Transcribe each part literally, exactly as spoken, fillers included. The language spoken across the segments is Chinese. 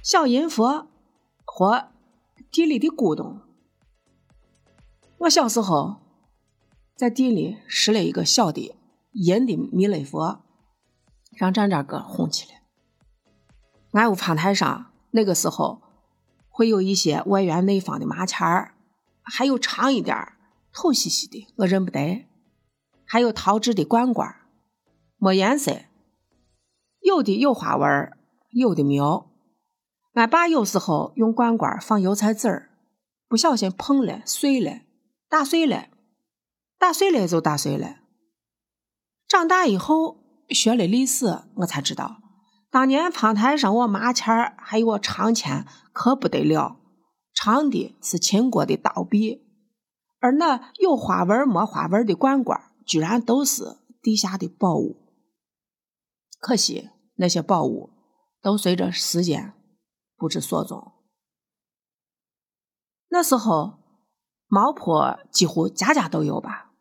小阴佛或地里的古董。我小时候在地里拾了一个小的阴的弥勒佛，让咱这个红起来。俺屋阳台上那个时候会有一些外圆内方的麻签儿，还有长一点透细细的我认不得，还有陶制的罐罐，没颜色，有的有花纹，有的没有。俺爸有时候用罐罐放油菜籽儿，不小心碰了碎了，打碎了，打碎了就打碎了。长大以后学了历史，我才知道当年阳台上我麻签儿还有我长签可不得了，长的是秦国的刀笔，而那有花纹没花纹的罐罐居然都是地下的宝物。可惜那些宝物都随着时间不知所踪。那时候毛婆几乎家家都有吧。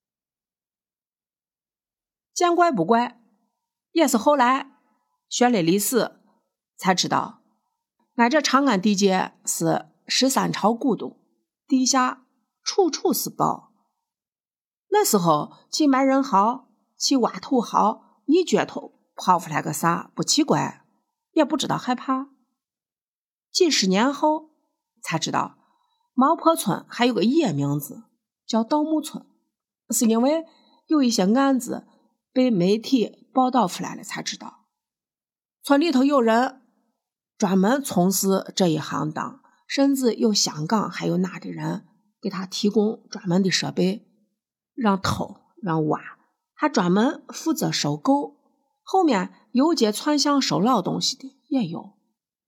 见怪不怪，也是后来学了历史才知道，俺这长安地界是十三朝古都，地下处处是宝。那时候去卖人豪，去挖土豪，一撅头跑出来个啥不奇怪，也不知道害怕。几十年后才知道，毛坡村还有个野名字叫盗墓村，是因为有一些案子被媒体报道出来了才知道。村里头有人专门从事这一行当，甚至有香港还有哪的人给他提供专门的设备，让偷让挖，还专门负责收购，后面游街串巷收老东西的也有。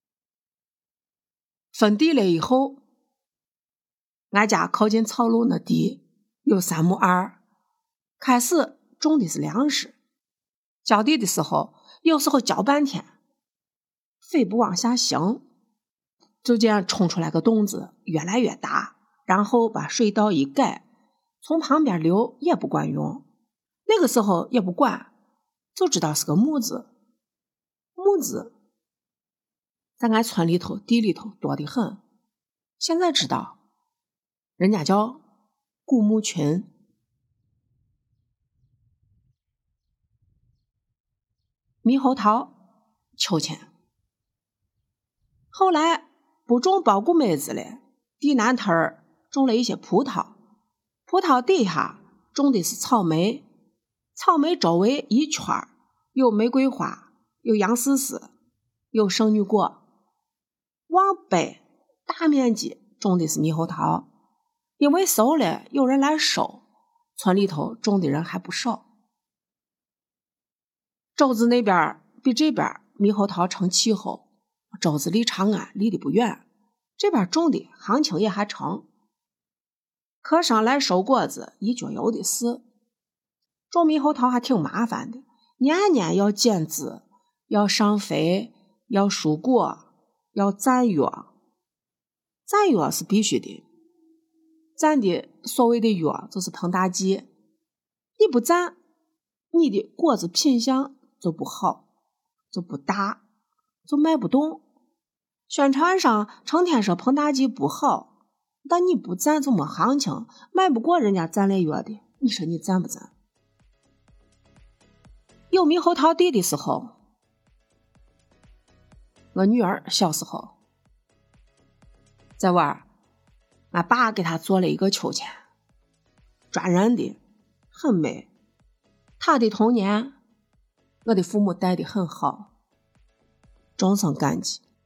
分地了以后，俺家靠近草路那地有三亩二，开始种的是粮食，浇地的时候有时候浇半天水不往下行，就这样冲出来个洞子越来越大，然后把水道一改，从旁边流也不管用。那个时候也不管，就知道是个木字。木字在俺村里头地里头多得很，现在知道人家叫古墓群。猕猴桃、秋千。后来不种苞谷梅子了，地南头种了一些葡萄，葡萄底下种的是草莓，草莓周围一圈有玫瑰花，有杨丝丝，有圣女果。往北大面积种的是猕猴桃，因为熟了有人来收，村里头种的人还不少。周子那边比这边猕猴桃成气候，周子离长安离得不远，这边种的行情也还成。客商来收果子一脚油的事，种猕猴桃还挺麻烦的，年年要剪枝，要上肥，要疏果，要攒药。攒药是必须的，攒的所谓的药就是膨大剂，你不攒，你的果子品相就不好，就不大，就卖不动。宣传上成天说膨大剂不好，但你不攒就没行情，卖不过人家攒了药的，你说你攒不攒？有猕猴桃地的时候，我女儿小时候在玩，俺爸给她做了一个秋千，专人的，很美。她的童年我的父母带的很好，终生感激。